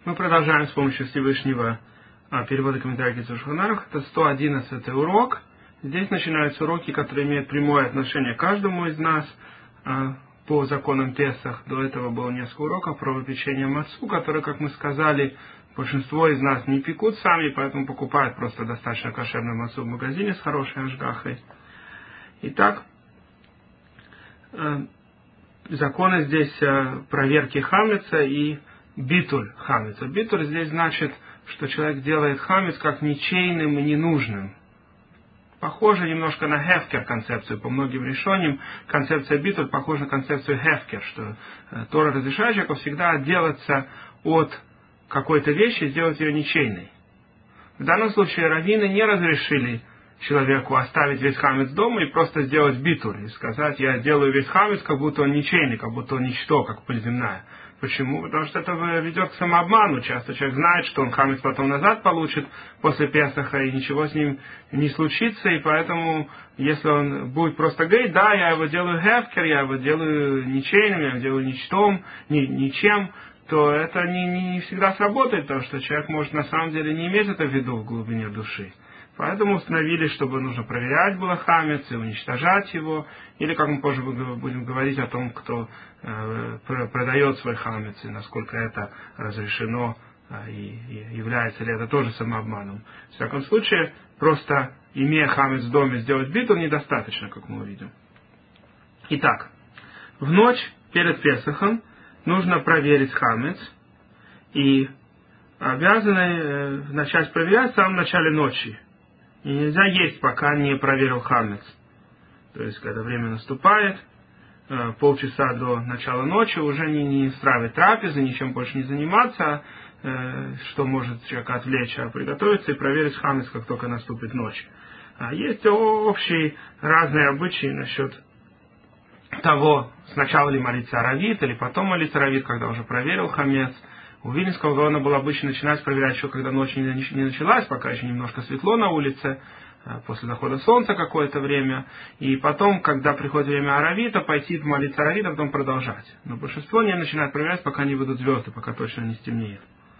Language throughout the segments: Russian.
Мы продолжаем с помощью Всевышнего перевода комментариев к Шулхан Арух. Это 111 урок. Здесь начинаются уроки, которые имеют прямое отношение к каждому из нас по законам Песах. До этого было несколько уроков про выпечение мацу, которые, как мы сказали, большинство из нас не пекут сами, поэтому покупают просто достаточно кошерную мацу в магазине с хорошей ашгахой. Итак, законы здесь проверки хамеца и битуль хамеца. Битуль здесь значит, что человек делает хамец как ничейным и ненужным. Похоже немножко на хефкер концепцию. По многим решениям концепция битуль похожа на концепцию хефкер, что Тора разрешает человеку всегда отделаться от какой-то вещи и сделать ее ничейной. В данном случае раввины не разрешили человеку оставить весь хамец дома и просто сделать битуль, и сказать, я делаю весь хамец, как будто он ничейный, как будто он ничто, как пыль земная. Почему? Потому что это ведет к самообману. Часто человек знает, что он хамец потом назад получит после Песаха, и ничего с ним не случится, и поэтому, если он будет просто говорить, да, я его делаю хефкер, я его делаю ничейным, я его делаю ничтом, ничем, то это не всегда сработает, потому что человек может на самом деле не иметь это в виду в глубине души. Поэтому установили, чтобы нужно проверять было хамец и уничтожать его, или, как мы позже будем говорить о том, кто продает свой хамец, и насколько это разрешено, и является ли это тоже самообманом. В всяком случае, просто имея хамец в доме сделать битуль недостаточно, как мы увидим. Итак, в ночь перед Песахом нужно проверить хамец, и обязаны начать проверять в самом начале ночи. И нельзя есть, пока не проверил хамец. То есть, когда время наступает, полчаса до начала ночи, уже не устраивать трапезы, ничем больше не заниматься, что может человека отвлечь, а приготовиться и проверить хамец, как только наступит ночь. Есть общие разные обычаи насчет того, сначала ли молиться аравит, или потом молиться аравит, когда уже проверил хамец. У Вильнюсского Гаона было обычно начинать проверять еще, когда ночь не началась, пока еще немножко светло на улице, после захода солнца какое-то время, и потом, когда приходит время аравита, пойти молиться аравит, а потом продолжать. Но большинство не начинает проверять, пока не выйдут звезды, пока точно не стемнеет.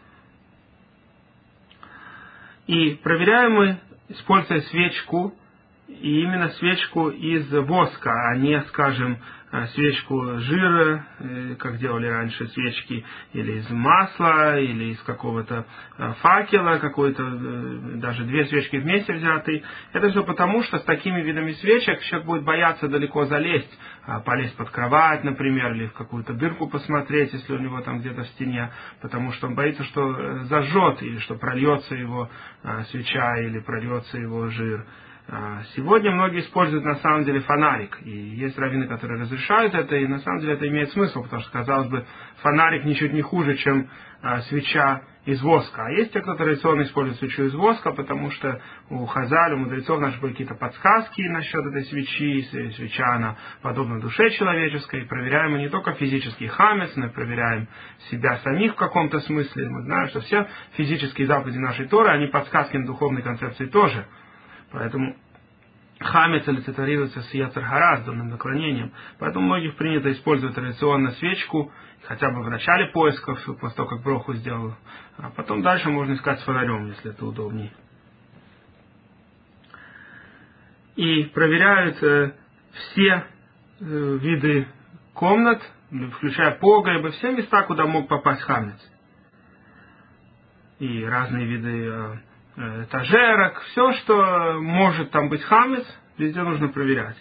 И проверяем мы, используя свечку, и именно свечку из воска, а не, скажем, свечку жира, как делали раньше свечки, или из масла, или из какого-то факела, какой-то, даже две свечки вместе взятые. Это все потому, что с такими видами свечек человек будет бояться далеко залезть, полезть под кровать, например, или в какую-то дырку посмотреть, если у него там где-то в стене, потому что он боится, что зажжет, или что прольется его свеча, или прольется его жир. Сегодня многие используют на самом деле фонарик, и есть раввины, которые разрешают это, и на самом деле это имеет смысл, потому что, казалось бы, фонарик ничуть не хуже, чем свеча из воска. А есть те, кто традиционно использует свечу из воска, потому что у Хазаль, у мудрецов наших были какие-то подсказки насчет этой свечи, свеча она подобна душе человеческой, и проверяем мы не только физический хамец, но и проверяем себя самих в каком-то смысле. Мы знаем, что все физические заповеди нашей Торы, они подсказки на духовной концепции тоже. Поэтому хамец олицетворируется с яцер хара, с дурным наклонением. Поэтому многих принято использовать традиционно свечку, хотя бы в начале поисков, после того, как броху сделал. А потом дальше можно искать с фонарем, если это удобнее. И проверяют все виды комнат, включая погребы, все места, куда мог попасть хамец. И разные виды этажерок, все, что может там быть хамец, везде нужно проверять.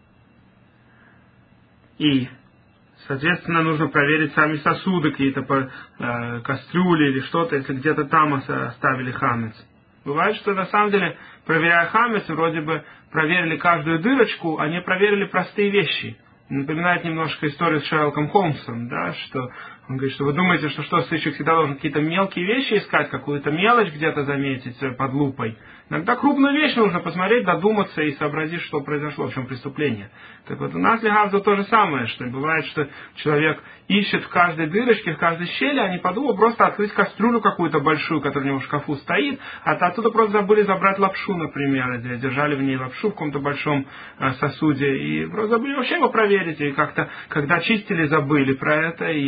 И, соответственно, нужно проверить сами сосуды, какие-то кастрюли или что-то, если где-то там оставили хамец. Бывает, что на самом деле, проверяя хамец, вроде бы проверили каждую дырочку, а не проверили простые вещи. Напоминает немножко историю с Шерлоком Холмсом, да, что он говорит, что вы думаете, что сыщик всегда должен какие-то мелкие вещи искать, какую-то мелочь где-то заметить под лупой. Иногда крупную вещь нужно посмотреть, додуматься и сообразить, что произошло, в чем преступление. Так вот, у нас легавзо то же самое, что бывает, что человек ищет в каждой дырочке, в каждой щели, а не подумал просто открыть кастрюлю какую-то большую, которая у него в шкафу стоит, а оттуда просто забыли забрать лапшу, например, или держали в ней лапшу в каком-то большом сосуде, и просто забыли вообще его проверить, и как-то, когда чистили, забыли про это, или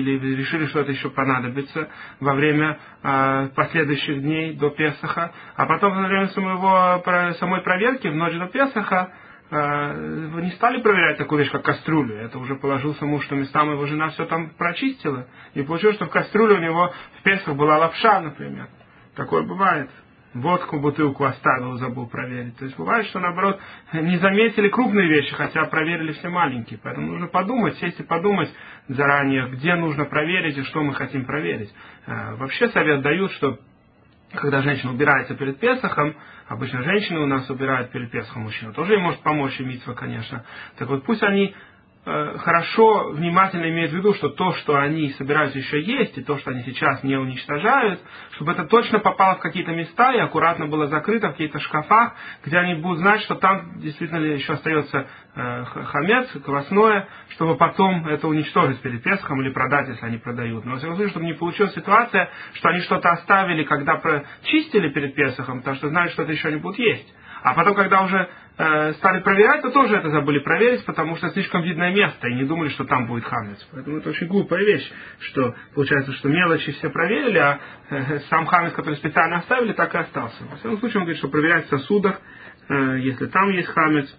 решили, что это еще понадобится во время последующих дней до Песаха. А потом во время самой проверки в ночь до Песаха не стали проверять такую вещь, как кастрюлю. Это уже положился муж, что местами его жена все там прочистила. И получилось, что в кастрюле у него в Песах была лапша, например. Такое бывает. Водку, бутылку оставил, забыл проверить. То есть бывает, что наоборот не заметили крупные вещи, хотя проверили все маленькие. Поэтому нужно подумать, сесть и подумать заранее, где нужно проверить и что мы хотим проверить. Вообще совет дают, что когда женщина убирается перед Песахом, обычно женщины у нас убирают перед Песахом, мужчина тоже им может помочь, и мицва, конечно. Так вот, пусть они хорошо, внимательно имеют в виду, что то, что они собираются еще есть, и то, что они сейчас не уничтожают, чтобы это точно попало в какие-то места и аккуратно было закрыто в каких-то шкафах, где они будут знать, что там действительно еще остается хамец, квасное, чтобы потом это уничтожить перед Песахом или продать, если они продают. Но, во всяком случае, чтобы не получилась ситуация, что они что-то оставили, когда прочистили перед Песахом, потому что знают, что это еще они будут есть. А потом, когда уже стали проверять, то тоже это забыли проверить, потому что слишком видное место, и не думали, что там будет хамец. Поэтому это очень глупая вещь, что получается, что мелочи все проверили, а сам хамец, который специально оставили, так и остался. Во всяком случае, он говорит, что проверять в сосудах, если там есть хамец.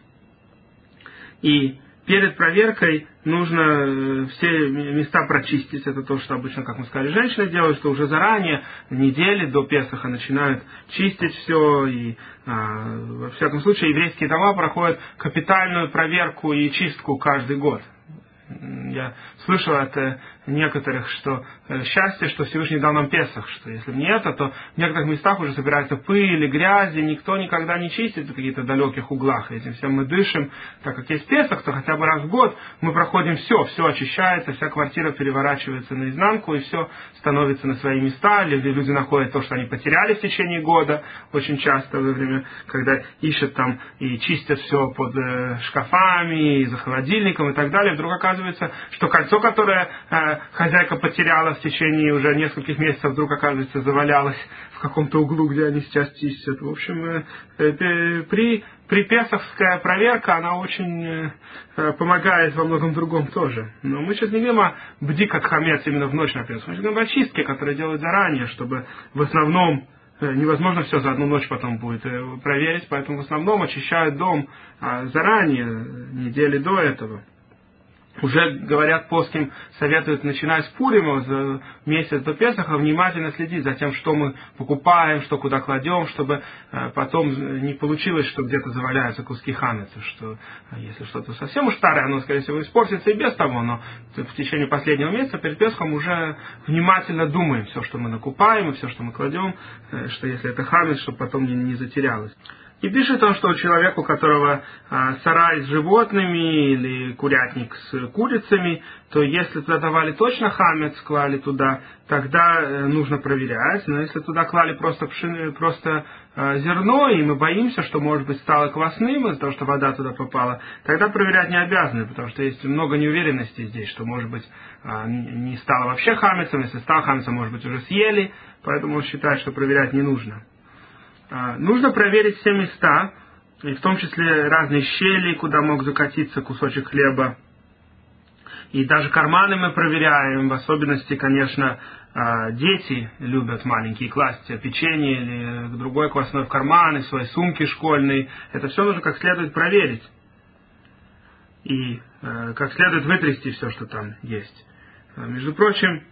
И перед проверкой нужно все места прочистить. Это то, что обычно, как мы сказали, женщины делают, что уже заранее, недели до Песаха начинают чистить все. И во всяком случае еврейские дома проходят капитальную проверку и чистку каждый год. Я слышал от некоторых, что счастье, что Всевышний дал нам Песах, что если бы не это, то в некоторых местах уже собирается пыль и грязь, и никто никогда не чистит в каких-то далеких углах. И этим всем мы дышим. Так как есть Песах, то хотя бы раз в год мы проходим все очищается, вся квартира переворачивается наизнанку, и все становится на свои места. Люди находят то, что они потеряли в течение года, очень часто во время, когда ищут там и чистят все под шкафами, и за холодильником и так далее, вдруг оказывается, что кольцо, которое хозяйка потеряла в течение уже нескольких месяцев, вдруг, оказывается, завалялось в каком-то углу, где они сейчас чистят. В общем, при песахская проверка, она очень помогает во многом другом тоже. Но мы сейчас не говорим о бдикат хамец именно в ночь на Песах. Мы говорим о чистке, которые делают заранее, чтобы в основном невозможно все за одну ночь потом будет проверить, поэтому в основном очищают дом заранее, недели до этого. Уже, говорят, поским советуют, начиная с Пурима, за месяц до Песаха, внимательно следить за тем, что мы покупаем, что куда кладем, чтобы потом не получилось, что где-то заваляются куски хамеца, что если что-то совсем уж старое, оно, скорее всего, испортится и без того, но в течение последнего месяца перед Песахом уже внимательно думаем все, что мы накупаем, и все, что мы кладем, что если это хамец, чтобы потом не затерялось. И пишет он, что человек, у которого сарай с животными или курятник с курицами, то если туда давали точно хамец, клали туда, тогда нужно проверять. Но если туда клали просто зерно, и мы боимся, что, может быть, стало квасным из-за того, что вода туда попала, тогда проверять не обязаны, потому что есть много неуверенности здесь, что, может быть, не стало вообще хамецом, если стало хамецом, может быть, уже съели, поэтому он считает, что проверять не нужно. Нужно проверить все места, и в том числе разные щели, куда мог закатиться кусочек хлеба. И даже карманы мы проверяем, в особенности, конечно, дети любят маленькие класть печенье или другое квасное в карманы, свои сумки школьные. Это все нужно как следует проверить. И как следует вытрясти все, что там есть. Между прочим,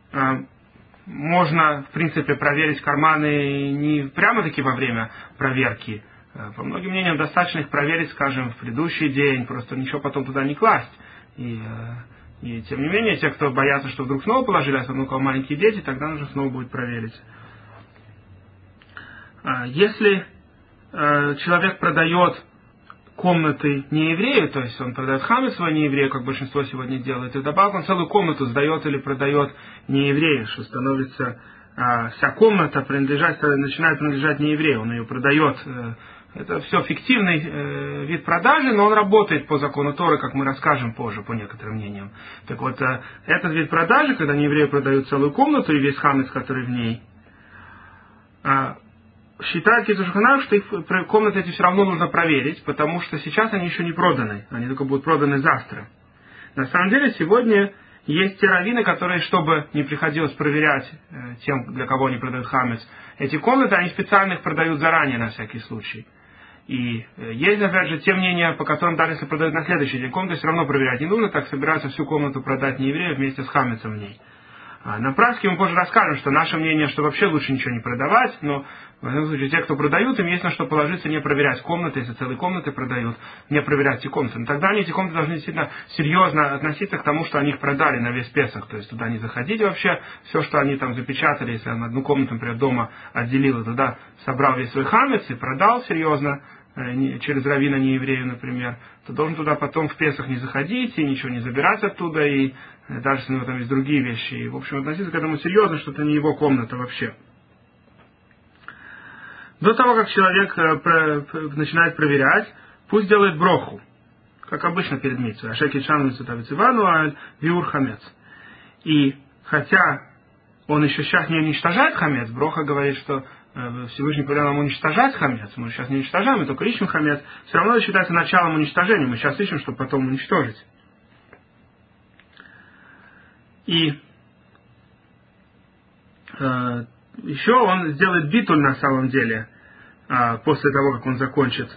можно, в принципе, проверить карманы не прямо-таки во время проверки. По многим мнениям, достаточно их проверить, скажем, в предыдущий день, просто ничего потом туда не класть. И тем не менее, те, кто боятся, что вдруг снова положили, особенно у кого маленькие дети, тогда нужно снова будет проверить. Если человек продает комнаты нееврею, то есть он продает хамец свой нееврею, как большинство сегодня делает, и вдобавок он целую комнату сдает или продает нееврею, что становится вся комната начинает принадлежать нееврею, он ее продает. Это все фиктивный вид продажи, но он работает по закону Торы, как мы расскажем позже, по некоторым мнениям. Так вот, этот вид продажи, когда нееврею продают целую комнату и весь хамец, который в ней, считают Кицур Шулхан Арух, что их комнаты эти все равно нужно проверить, потому что сейчас они еще не проданы, они только будут проданы завтра. На самом деле сегодня Есть те раввины, которые, чтобы не приходилось проверять тем, для кого они продают хамец, эти комнаты, они специально их продают заранее на всякий случай. И есть, опять же, те мнения, по которым даже если продают на следующий день комнату, все равно проверять не нужно, так собираются всю комнату продать нееврею вместе с хамецом в ней. На практике мы позже расскажем, что наше мнение, что вообще лучше ничего не продавать, но в этом случае те, кто продают, им есть на что положиться, не проверять комнаты, если целые комнаты продают, не проверять эти комнаты. Но тогда они эти комнаты должны действительно серьезно относиться к тому, что они их продали на весь Песах, то есть туда не заходить вообще, все, что они там запечатали, если он одну комнату, например, дома отделил, и туда собрал весь свой хамец и продал серьезно, через раввина нееврею, например, то должен туда потом в Песах не заходить и ничего не забирать оттуда, и даже если у него там есть другие вещи. И, в общем, относиться к этому серьезно, что это не его комната вообще. До того, как человек начинает проверять, пусть делает броху, как обычно перед митцвой. Ашеки чану цитавицивану аль виур хамец. И хотя он еще сейчас не уничтожает хамец, броха говорит, что Всевышний повелел нам уничтожать хамец, мы сейчас не уничтожаем, мы только ищем хамец, все равно это считается началом уничтожения, мы сейчас ищем, чтобы потом уничтожить. И еще он сделает битуль на самом деле, после того, как он закончит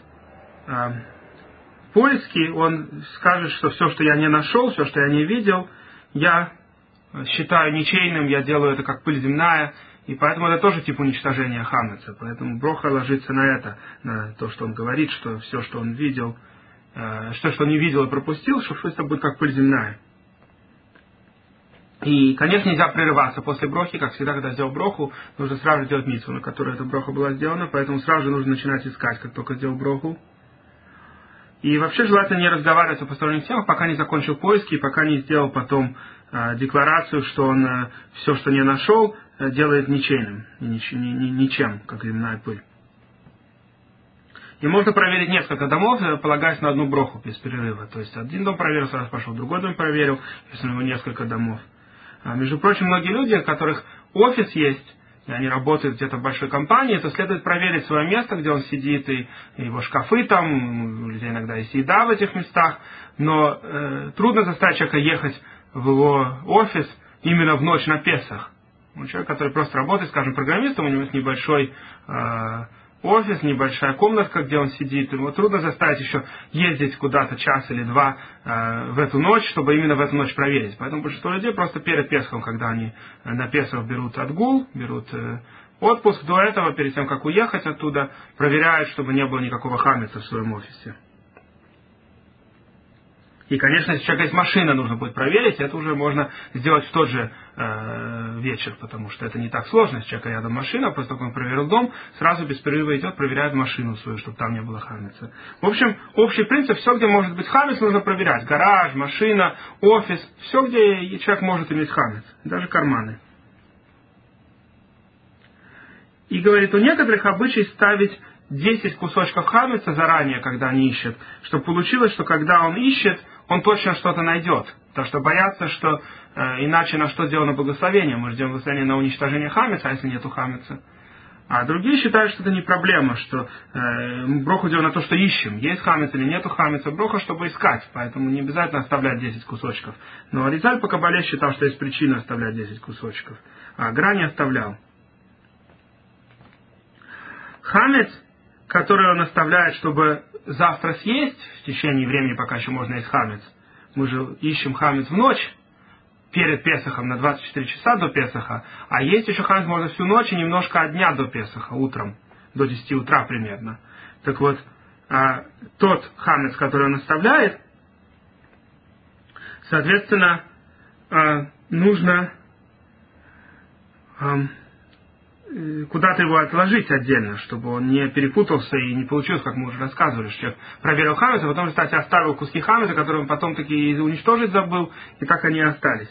поиски, он скажет, что все, что я не нашел, все, что я не видел, я считаю ничейным, я делаю это как пыль земная, и поэтому это тоже тип уничтожения хамеца. Поэтому броха ложится на это, на то, что он говорит, что все, что он видел, что он не видел и пропустил, что это будет как пыль земная. И, конечно, нельзя прерываться после брохи, как всегда, когда сделал броху, нужно сразу же делать мицву, на которой эта броха была сделана, поэтому сразу же нужно начинать искать, как только сделал броху. И вообще желательно не разговаривать о посторонних темах, пока не закончил поиски, и пока не сделал потом декларацию, что он все, что не нашел, делает ничейным, ничем, как земная пыль. И можно проверить несколько домов, полагаясь на одну броху без перерыва. То есть один дом проверил, сразу пошел, другой дом проверил, если у него несколько домов. Между прочим, многие люди, у которых офис есть, и они работают где-то в большой компании, то следует проверить свое место, где он сидит, и его шкафы там, у людей иногда есть еда в этих местах, но трудно заставить человека ехать в его офис именно в ночь на Песах. Человек, который просто работает, скажем, программистом, у него есть небольшой офис, небольшая комнатка, где он сидит. Ему трудно заставить еще ездить куда-то час или два в эту ночь, чтобы именно в эту ночь проверить. Поэтому большинство людей просто перед Песхом, когда они на Песах берут отгул, берут отпуск, до этого, перед тем, как уехать оттуда, проверяют, чтобы не было никакого хамеца в своем офисе. И, конечно, если у человека есть машина, нужно будет проверить, это уже можно сделать в тот же вечер, потому что это не так сложно. Если у человека рядом машина, после того, как он проверил дом, сразу без перерыва идет, проверяет машину свою, чтобы там не было хамеца. В общем, общий принцип, все, где может быть хамец, нужно проверять. Гараж, машина, офис, все, где человек может иметь хамец, даже карманы. И говорит, у некоторых обычай ставить 10 кусочков хамеца заранее, когда они ищут, чтобы получилось, что когда он ищет, он точно что-то найдет. Потому что боятся, что иначе на что сделано благословение. Мы ждем благословения на уничтожение хамеца, а если нету хамеца. А другие считают, что это не проблема, что броху делаем на то, что ищем. Есть хамец или нету хамеца. Броха, чтобы искать. Поэтому не обязательно оставлять 10 кусочков. Но Аризаль по Кабале считал, что есть причина оставлять 10 кусочков. А Гра не оставлял. Хамец, который он оставляет, чтобы завтра съесть, в течение времени, пока еще можно есть хамец. Мы же ищем хамец в ночь, перед Песахом, на 24 часа до Песаха, а есть еще хамец можно всю ночь и немножко от дня до Песаха, утром, до 10 утра примерно. Так вот, тот хамец, который он оставляет, соответственно, нужно куда-то его отложить отдельно, чтобы он не перепутался и не получилось, как мы уже рассказывали, что человек проверил хамец, а потом, кстати, оставил куски хамеца, которые он потом таки уничтожить забыл, и так они и остались.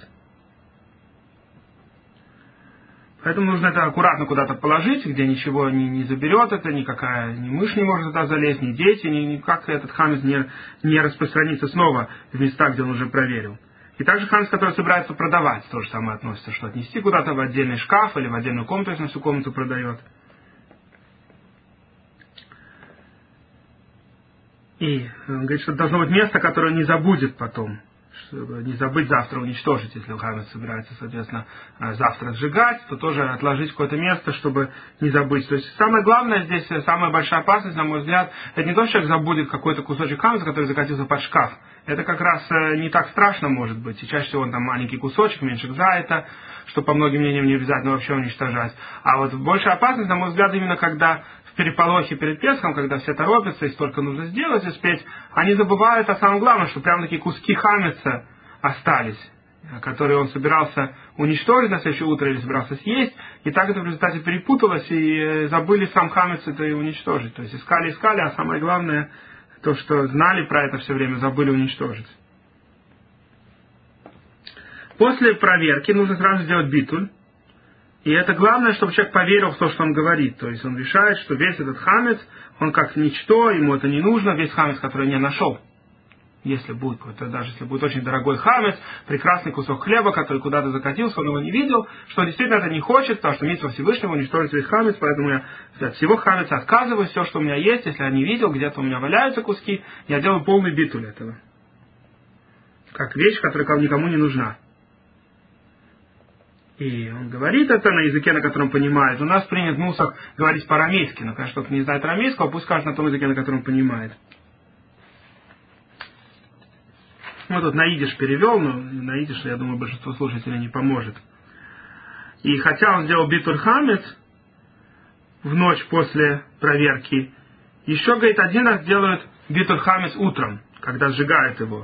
Поэтому нужно это аккуратно куда-то положить, где ничего не заберет это, ни мышь не может туда залезть, ни дети, никак этот хамец не распространится снова в места, где он уже проверил. И также хамец, который собирается продавать, то же самое относится, что отнести куда-то в отдельный шкаф или в отдельную комнату, если на всю комнату продает. И он говорит, что должно быть место, которое не забудет потом. чтобы не забыть завтра уничтожить, если хамец собирается, соответственно, завтра сжигать, то тоже отложить в какое-то место, чтобы не забыть. То есть самое главное здесь, самая большая опасность, на мой взгляд, это не то, что человек забудет какой-то кусочек хамеца, который закатился под шкаф. Это как раз не так страшно может быть. И чаще всего он там маленький кусочек, меньше гзайта, что по многим мнениям не обязательно вообще уничтожать. А вот большая опасность, на мой взгляд, именно когда в переполохе перед Песхом, когда все торопятся и столько нужно сделать, успеть, они забывают о самом главном, что прям такие куски хамеца остались, которые он собирался уничтожить на следующее утро или собирался съесть, и так это в результате перепуталось, и забыли сам хамец это и уничтожить. То есть искали, а самое главное, то, что знали про это все время, забыли уничтожить. После проверки нужно сразу сделать битуль. И это главное, чтобы человек поверил в то, что он говорит. То есть он решает, что весь этот хамец, он как ничто, ему это не нужно, весь хамец, который не нашел. Если будет какой-то, даже если будет очень дорогой хамец, прекрасный кусок хлеба, который куда-то закатился, он его не видел, что он действительно это не хочет, потому что мицва Всевышнего уничтожить весь хамец, поэтому я от всего хамеца отказываюсь, все, что у меня есть, если я не видел, где-то у меня валяются куски, я делаю полный битуль этого. Как вещь, которая никому не нужна. И он говорит это на языке, на котором понимает. У нас принят мусор говорить по-арамейски, но, конечно, кто-то не знает арамейского, пусть скажет на том языке, на котором понимает. Вот тут на идиш перевел, но на идиш, я думаю, большинство слушателей не поможет. И хотя он сделал битуль хамец в ночь после проверки, еще, говорит, один раз делают битуль хамец утром, когда сжигают его.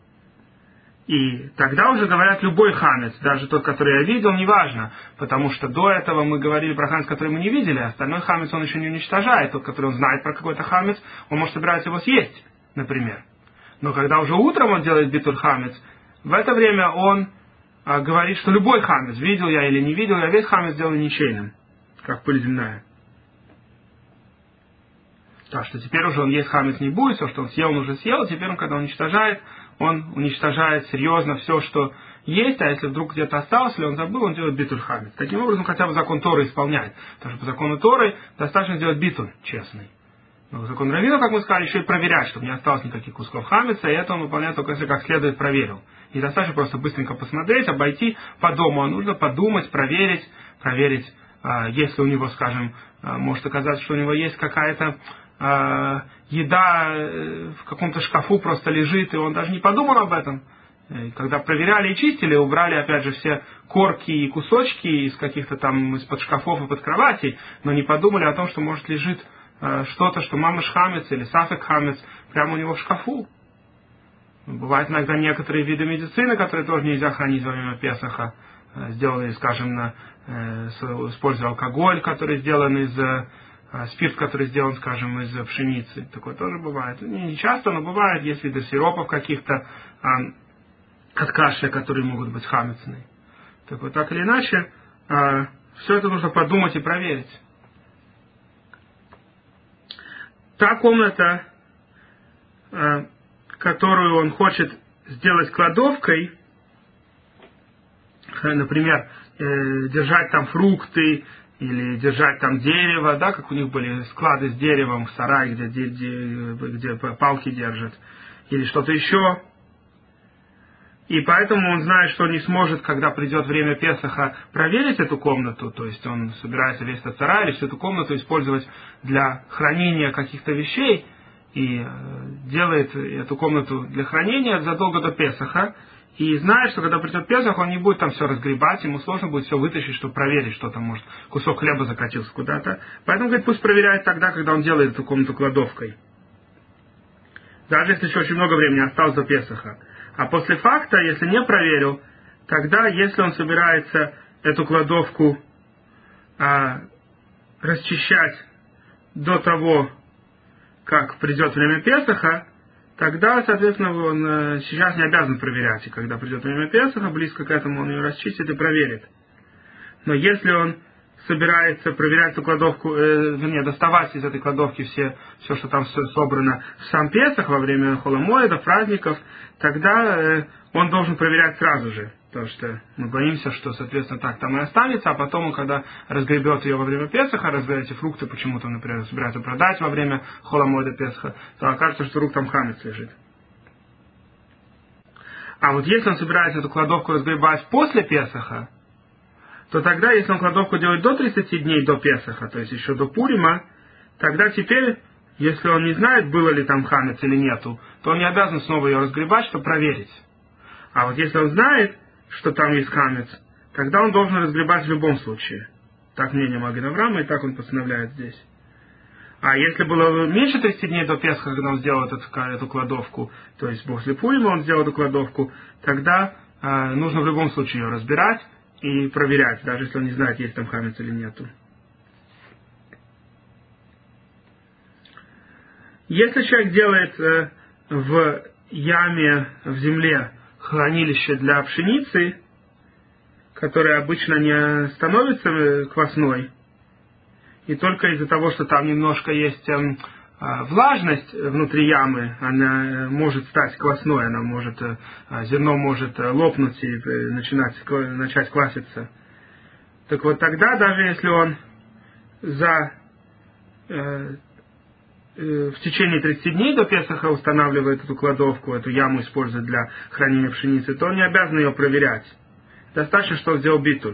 И тогда уже говорят любой хамец, даже тот, который я видел, неважно, потому что до этого мы говорили про хамец, который мы не видели, а остальной хамец он еще не уничтожает. Тот, который он знает про какой-то хамец, он может собираться его съесть, например. Но когда уже утром он делает битуль хамец, в это время он говорит, что любой хамец, видел я или не видел, я весь хамец делаю ничейным, как пыль земная. Так что теперь уже он есть хамец не будет, все, что он уже съел, теперь он, когда уничтожает серьезно все, что есть, а если вдруг где-то осталось, или он забыл, он делает битуль хамец. Таким образом, хотя бы закон Торы исполняет. Потому что по закону Торы достаточно сделать битуль честный. Но закон раввина, как мы сказали, еще и проверять, чтобы не осталось никаких кусков хамеца, и это он выполняет только если как следует проверил. Недостаточно просто быстренько посмотреть, обойти по дому, а нужно подумать, проверить, если у него, скажем, может оказаться, что у него есть какая-то еда в каком-то шкафу просто лежит, и он даже не подумал об этом. И когда проверяли и чистили, убрали опять же все корки и кусочки из каких-то там из-под шкафов и под кроватей, но не подумали о том, что может лежит что-то, что мамыш хамец или сафек хамец прямо у него в шкафу. Бывают иногда некоторые виды медицины, которые тоже нельзя хранить во время Песаха, сделанные, скажем, используя алкоголь, который сделан из спирт, который сделан, скажем, из пшеницы. Такое тоже бывает. Не часто, но бывает, есть виды сиропов каких-то от кашля, которые могут быть хамецные. Так вот, так или иначе, все это нужно подумать и проверить. Та комната, которую он хочет сделать кладовкой, например, держать там фрукты, или держать там дерево, да, как у них были склады с деревом в сарае, где палки держат, или что-то еще. И поэтому он знает, что он не сможет, когда придет время Песаха, проверить эту комнату, то есть он собирается весь этот сарай или всю эту комнату использовать для хранения каких-то вещей, и делает эту комнату для хранения задолго до Песаха, и знает, что когда придет Песах, он не будет там все разгребать, ему сложно будет все вытащить, чтобы проверить, что там, может, кусок хлеба закатился куда-то. Поэтому, говорит, пусть проверяет тогда, когда он делает эту комнату кладовкой. Даже если еще очень много времени осталось до Песаха. А после факта, если не проверил, тогда, если он собирается эту кладовку расчищать до того, как придет время Песаха, тогда, соответственно, он сейчас не обязан проверять. И когда придет время Песаха, близко к этому он ее расчистит и проверит. Но если он собирается проверять эту кладовку, доставать из этой кладовки все, что там собрано в сам Песах во время холомоэда, праздников, тогда он должен проверять сразу же. Потому что мы боимся, что, соответственно, так там и останется, а потом он, когда разгребет ее во время Песаха, эти фрукты почему-то, например, собирается продать во время холомоэда Песаха, то окажется, что вдруг там хамец лежит. А вот если он собирается эту кладовку разгребать после Песаха, то тогда, если он кладовку делает до 30 дней до Песаха, то есть еще до Пурима, тогда теперь, если он не знает, было ли там хамец или нету, то он не обязан снова ее разгребать, чтобы проверить. А вот если он знает, что там есть хамец, тогда он должен разгребать в любом случае. Так мнение Маген Авраама, и так он постановляет здесь. А если было меньше 30 дней до Песха, когда он сделал эту кладовку, то есть после Пурима он сделал эту кладовку, тогда нужно в любом случае ее разбирать и проверять, даже если он не знает, есть там хамец или нету. Если человек делает в яме, в земле хранилище для пшеницы, которое обычно не становится квасной, и только из-за того, что там немножко есть влажность внутри ямы, она может стать квасной, зерно может лопнуть и начать кваситься. Так вот тогда, даже если он в течение 30 дней до Песаха устанавливает эту кладовку, эту яму использует для хранения пшеницы, то он не обязан ее проверять. Достаточно, что он сделал битуль.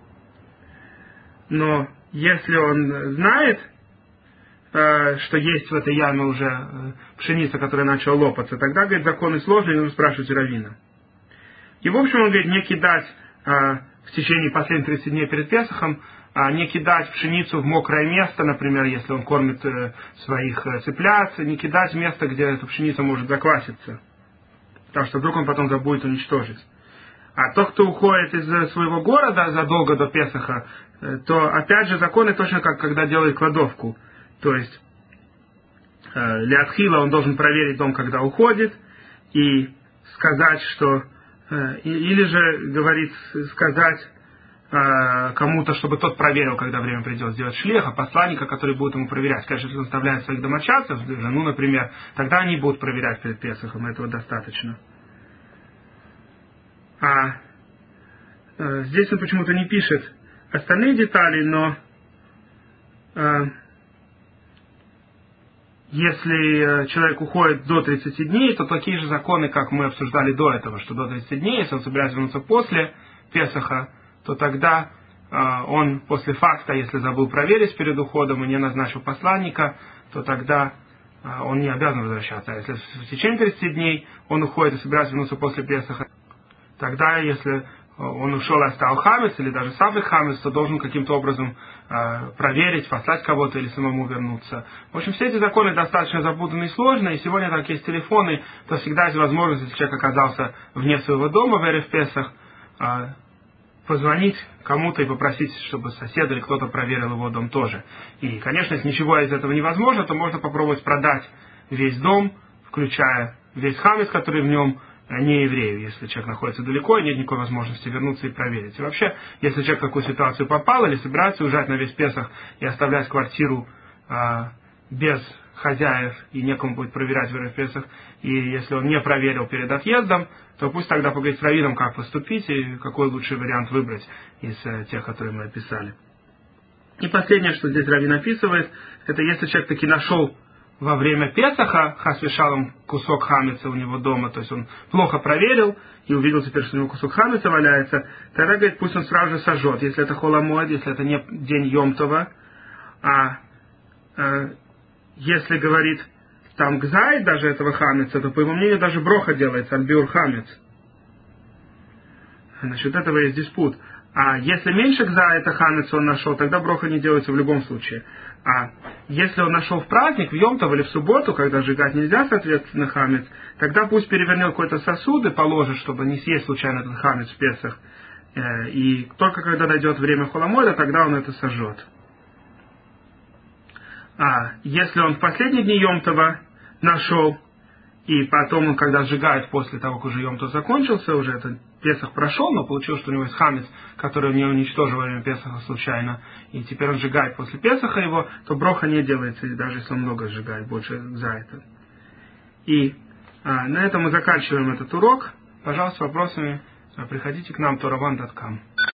Но если он знает, что есть в этой яме уже пшеница, которая начала лопаться, тогда, говорит, законы сложные, нужно спрашивать у раввина. И, в общем, он говорит, не кидать в течение последних 30 дней перед Песахом, не кидать пшеницу в мокрое место, например, если он кормит своих цыплят, не кидать в место, где эта пшеница может закваситься, потому что вдруг он потом забудет уничтожить. А тот, кто уходит из своего города задолго до Песаха, то опять же законы точно как когда делает кладовку. То есть леатхила он должен проверить дом, когда уходит, и сказать, что... Или же, говорит, сказать кому-то, чтобы тот проверил, когда время придет, сделать шлеха, посланника, который будет ему проверять. Конечно, если он оставляет своих домочадцев, жену, например, тогда они будут проверять перед Песахом, этого достаточно. Здесь он почему-то не пишет остальные детали, но если человек уходит до 30 дней, то такие же законы, как мы обсуждали до этого, что до 30 дней, если он собирается вернуться после Песаха, то тогда он после факта, если забыл проверить перед уходом и не назначил посланника, то тогда он не обязан возвращаться. А если в течение 30 дней он уходит и собирается вернуться после Песаха, тогда, если он ушел и оставил хамец, или даже сафик хамец, то должен каким-то образом проверить, послать кого-то или самому вернуться. В общем, все эти законы достаточно запутанные и сложные, и сегодня, так есть телефоны, то всегда есть возможность, если человек оказался вне своего дома в Эрев Песах, позвонить кому-то и попросить, чтобы сосед или кто-то проверил его дом тоже. И, конечно, если ничего из этого невозможно, то можно попробовать продать весь дом, включая весь хамец, который в нем, не еврею, если человек находится далеко и нет никакой возможности вернуться и проверить. И вообще, если человек в такую ситуацию попал или собирается уезжать на весь Песах и оставлять квартиру без хозяев и некому будет проверять в Песах, и если он не проверил перед отъездом, то пусть тогда поговорит с раввином, как поступить и какой лучший вариант выбрать из тех, которые мы описали. И последнее, что здесь раввин описывает, это если человек таки нашел во время Песаха хас вешалом кусок хамица у него дома, то есть он плохо проверил и увидел теперь, что у него кусок хамица валяется, тогда, говорит, пусть он сразу же сожжет, если это холомоид, если это не день Йом-Това, если, говорит, там гзай даже этого хамица, то, по его мнению, даже броха делается, альбиур хамец. Насчет этого есть диспут. А если меньше гза это хамец он нашел, тогда броха не делается в любом случае. А если он нашел в праздник, в Йом-Тов или в субботу, когда сжигать нельзя, соответственно, хамец, тогда пусть перевернет какой-то сосуд и положит, чтобы не съесть случайно этот хамец в Песах. И только когда дойдет время холомоида, тогда он это сожжет. А если он в последние дни Йом-Това нашел, и потом он, когда сжигает после того, как уже Йом-Това закончился, уже этот Песах прошел, но получилось, что у него есть хамец, который он не уничтожил во время Песаха случайно, и теперь он сжигает после Песаха его, то броха не делается, даже если он много сжигает, больше за это. И на этом мы заканчиваем этот урок. Пожалуйста, с вопросами приходите к нам, toravan.com.